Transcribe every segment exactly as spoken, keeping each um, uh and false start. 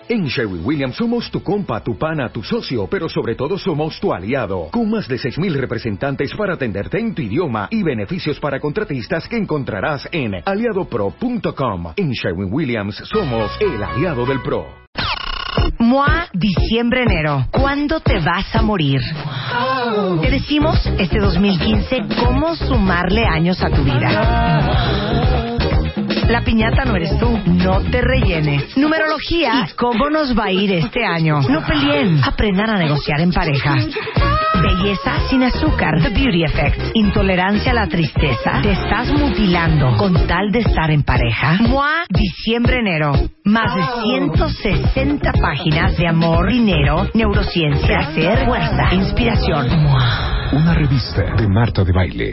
En Sherwin-Williams somos tu compa, tu pana, tu socio, pero sobre todo somos tu aliado, con más de seis mil representantes para atenderte en tu idioma y beneficios para contratistas que encontrarás en aliado pro punto com. En Sherwin-Williams somos el aliado del pro. M O A Diciembre Enero. ¿Cuándo te vas a morir? Te decimos este dos mil quince cómo sumarle años a tu vida. La piñata no eres tú, no te rellenes. Numerología y cómo nos va a ir este año. No peleen, aprendan a negociar en pareja. Belleza sin azúcar, The Beauty Effect. Intolerancia a la tristeza, te estás mutilando con tal de estar en pareja. M O A Diciembre-Enero. Más de ciento sesenta páginas de amor, dinero, neurociencia, placer, fuerza, inspiración. M O A. Una revista de Marta de Baile.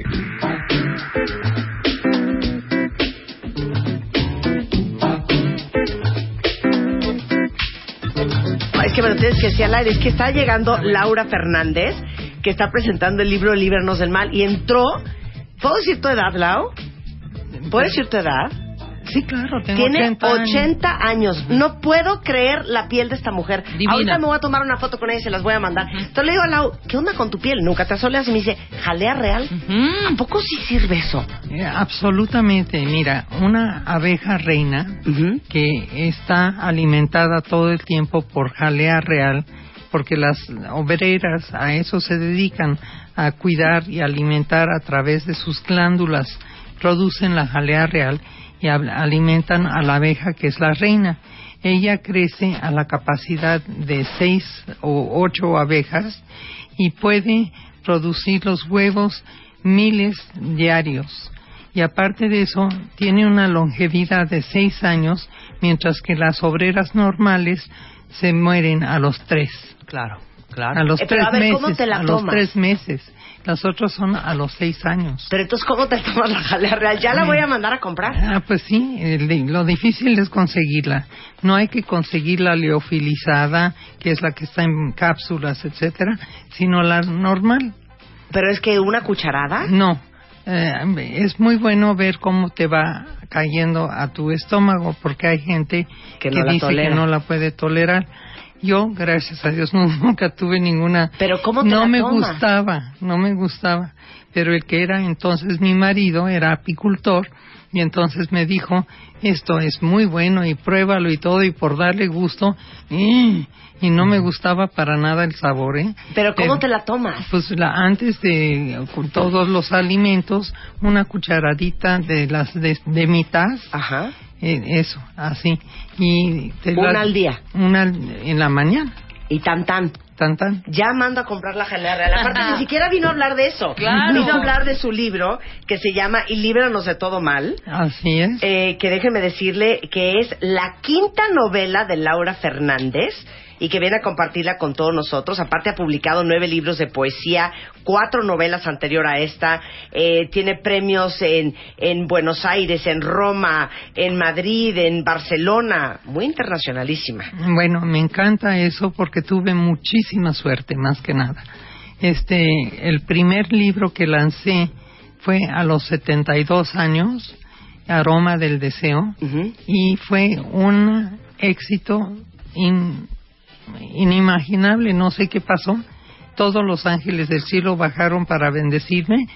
Es que me lo tienes que decir al aire. Es que está llegando Laura Fernández, que está presentando el libro Líbranos del Mal, y entró. ¿Puedo decir tu edad, Lau? ¿Puedo decir tu edad? Sí, claro, tengo Tiene ochenta años. ochenta años. No puedo creer la piel de esta mujer. Divina. Ahorita me voy a tomar una foto con ella y se las voy a mandar. Uh-huh. Entonces le digo a Lau, ¿qué onda con tu piel? Nunca te asoleas. Y me dice, ¿jalea real? Uh-huh. ¿A poco sí sirve eso? Eh, absolutamente. Mira, una abeja reina uh-huh. que está alimentada todo el tiempo por jalea real, porque las obreras a eso se dedican, a cuidar y alimentar a través de sus glándulas. Producen la jalea real y alimentan a la abeja, que es la reina. Ella crece a la capacidad de seis o ocho abejas y puede producir los huevos miles diarios. Y aparte de eso, tiene una longevidad de seis años, mientras que las obreras normales se mueren a los tres. Claro, claro. A los eh, tres a ver, meses. ¿cómo te la a los tomas? tres meses. Las otras son a los seis años. Pero entonces, ¿cómo te tomas la jalea real? Ya la voy a mandar a comprar. Ah, pues sí, el, lo difícil es conseguirla. No hay que conseguir la liofilizada, que es la que está en cápsulas, etcétera, sino la normal. ¿Pero es que una cucharada? No. Eh, es muy bueno ver cómo te va cayendo a tu estómago, porque hay gente que, que no dice que no la puede tolerar. Yo, gracias a Dios, nunca tuve ninguna. ¿Pero cómo te No la me tomas? gustaba, no me gustaba. Pero el que era entonces mi marido era apicultor y entonces me dijo, esto es muy bueno y pruébalo y todo, y por darle gusto, y, y no me gustaba para nada el sabor, ¿eh? ¿Pero cómo Pero, te la tomas? Pues la, antes de con todos los alimentos, una cucharadita de las de, de mitad. Ajá. Eh, eso, así. Y te una la, al día. Una en la mañana. Y tan tan. Tan tan. Ya mando a comprar la jalea real. Aparte, ni siquiera vino a hablar de eso. Claro. Vino a hablar de su libro, que se llama Y líbranos de todo mal. Así es. Eh, que déjeme decirle que es la quinta novela de Laura Fernández y que viene a compartirla con todos nosotros. Aparte ha publicado nueve libros de poesía, cuatro novelas anterior a esta. Eh, tiene premios en, en Buenos Aires, en Roma, en Madrid, en Barcelona. Muy internacionalísima. Bueno, me encanta eso porque tuve muchísima suerte, más que nada. Este, el primer libro que lancé fue a los setenta y dos años, Aroma del Deseo, uh-huh. y fue un éxito in, inimaginable. No sé qué pasó. Todos los ángeles del cielo bajaron para bendecirme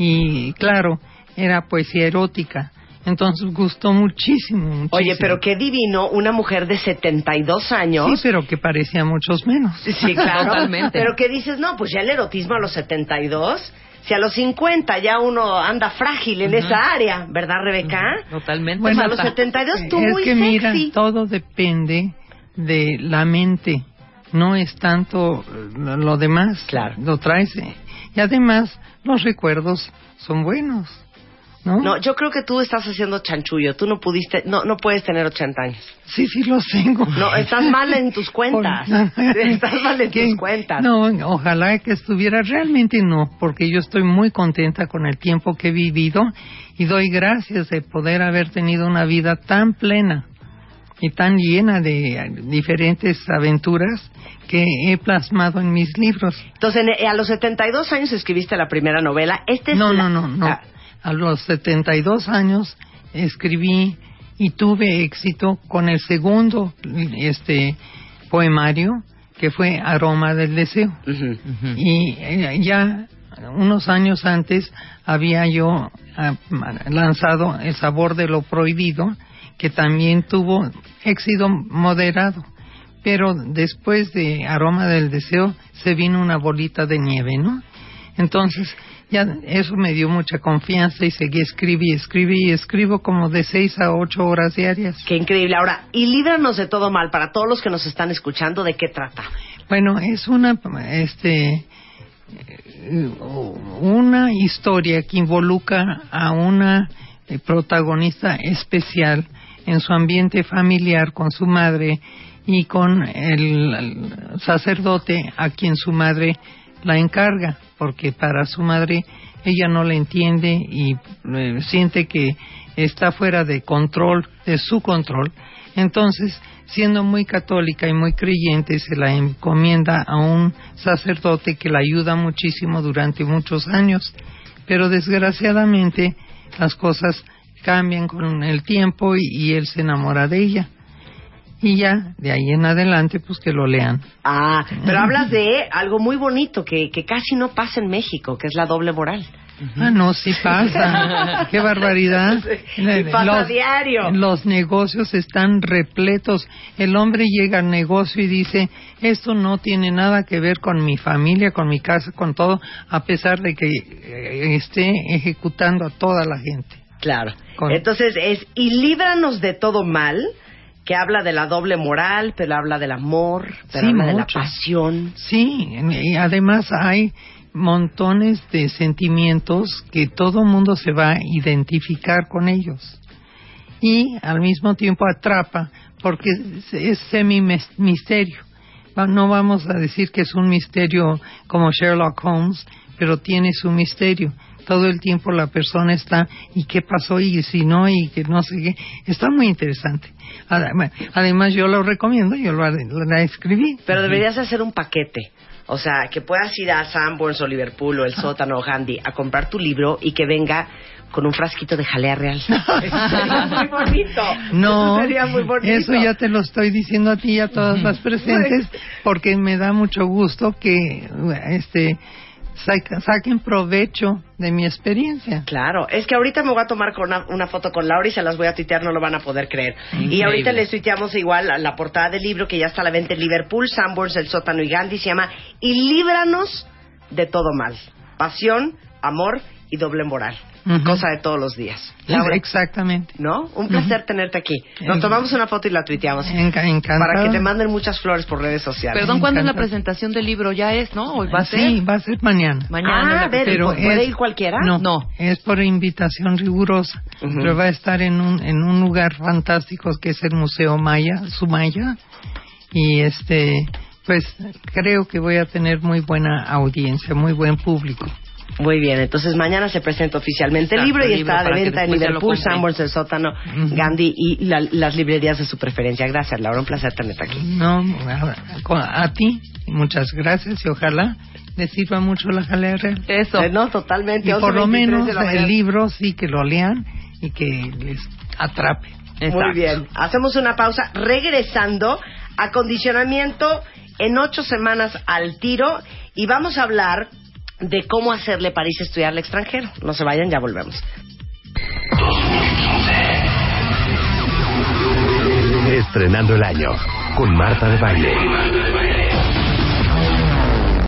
y, claro, era poesía erótica. Entonces gustó muchísimo, muchísimo. Oye, pero qué divino, una mujer de setenta y dos años. Sí, pero que parecía muchos menos. Sí, claro. Totalmente. Pero que dices, no, pues ya el erotismo a los setenta y dos, si a los cincuenta ya uno anda frágil en uh-huh. esa área, ¿verdad, Rebeca? Uh-huh. Totalmente. Bueno, pues a los setenta y dos tú es muy que sexy. Mira, todo depende de la mente. No es tanto lo demás. Claro. Lo traes. Y además, los recuerdos son buenos. ¿No? No, yo creo que tú estás haciendo chanchullo. Tú no pudiste, no, no puedes tener ochenta años. Sí, sí los tengo. No, estás mal en tus cuentas. Estás mal en tus cuentas. No, ojalá que estuviera. Realmente no, porque yo estoy muy contenta con el tiempo que he vivido y doy gracias de poder haber tenido una vida tan plena y tan llena de diferentes aventuras que he plasmado en mis libros. Entonces, a los setenta y dos años escribiste la primera novela. Este es no, la... no, no, no. Ah. A los setenta y dos años escribí y tuve éxito con el segundo este poemario, que fue Aroma del Deseo. Uh-huh, uh-huh. Y eh, ya unos años antes había yo eh, lanzado El Sabor de lo Prohibido, que también tuvo éxito moderado. Pero después de Aroma del Deseo se vino una bolita de nieve, ¿no? Entonces ya eso me dio mucha confianza y seguí, escribí, escribí y escribo como de seis a ocho horas diarias. Qué increíble. Ahora, y líbranos de todo mal, para todos los que nos están escuchando, ¿de qué trata? Bueno, es una, este, una historia que involucra a una protagonista especial en su ambiente familiar con su madre y con el, el sacerdote a quien su madre la encarga, porque para su madre ella no la entiende y eh, siente que está fuera de control, de su control. Entonces, siendo muy católica y muy creyente, se la encomienda a un sacerdote que la ayuda muchísimo durante muchos años. Pero desgraciadamente las cosas cambian con el tiempo y, y él se enamora de ella. Y ya, de ahí en adelante, pues que lo lean. Ah, pero hablas de algo muy bonito que, que casi no pasa en México, que es la doble moral. Uh-huh. Ah, no, sí pasa. ¡Qué barbaridad! Sí, pasa los, a diario. Los negocios están repletos. El hombre llega al negocio y dice, esto no tiene nada que ver con mi familia, con mi casa, con todo, a pesar de que eh, esté ejecutando a toda la gente. Claro. Con... Entonces es, y líbranos de todo mal, que habla de la doble moral, pero habla del amor, pero sí, habla mucho. de la pasión. Sí, y además hay montones de sentimientos que todo mundo se va a identificar con ellos. Y al mismo tiempo atrapa, porque es, es semi-misterio. No vamos a decir que es un misterio como Sherlock Holmes, pero tiene su misterio. Todo el tiempo la persona está, ¿y qué pasó? Y si no, y que no sé qué. Está muy interesante. Además, yo lo recomiendo, yo lo la escribí. Pero deberías hacer un paquete. O sea, que puedas ir a Sanborns o Liverpool o El Sótano o Gandhi a comprar tu libro y que venga con un frasquito de jalea real. Eso sería muy bonito. No, eso sería muy bonito. Eso ya te lo estoy diciendo a ti y a todas las presentes, porque me da mucho gusto que este saquen provecho de mi experiencia. Claro, es que ahorita me voy a tomar con una, una foto con Laura y se las voy a tuitear, no lo van a poder creer. Increíble. Y ahorita les tuiteamos igual la, la portada del libro que ya está a la venta en Liverpool, Sanborns, El Sótano y Gandhi. Se llama Y líbranos de todo mal. Pasión, amor y doble moral. Uh-huh. Cosa de todos los días. Laura, exactamente. ¿No? Un placer uh-huh. tenerte aquí. Nos tomamos una foto y la tuiteamos. Enc- encantado. Para que te manden muchas flores por redes sociales. Perdón, ¿cuándo es la presentación del libro? ¿Ya es, no? ¿O va a ser? Sí, va a ser mañana. Mañana. Ah, a ver, pero ¿puede es, ir cualquiera? No, no, es por invitación rigurosa. Uh-huh. Pero va a estar en un en un lugar fantástico que es el Museo Maya, Sumaya. Y este, pues creo que voy a tener muy buena audiencia, muy buen público. Muy bien, entonces mañana se presenta oficialmente el libro y el libro está de venta en Liverpool, Sanborns, El Sótano, uh-huh. Gandhi y la, las librerías de su preferencia. Gracias, Laura, un placer tenerte aquí. No, a, a ti, muchas gracias y ojalá les sirva mucho la jalea real. Eso. Eh, no, totalmente. Y por lo menos el libro sí que lo lean y que les atrape. Exacto. Muy bien, hacemos una pausa, regresando, acondicionamiento en ocho semanas al tiro y vamos a hablar de cómo hacerle para irse a estudiar al extranjero. No se vayan, ya volvemos. Estrenando el año con Marta de Baile.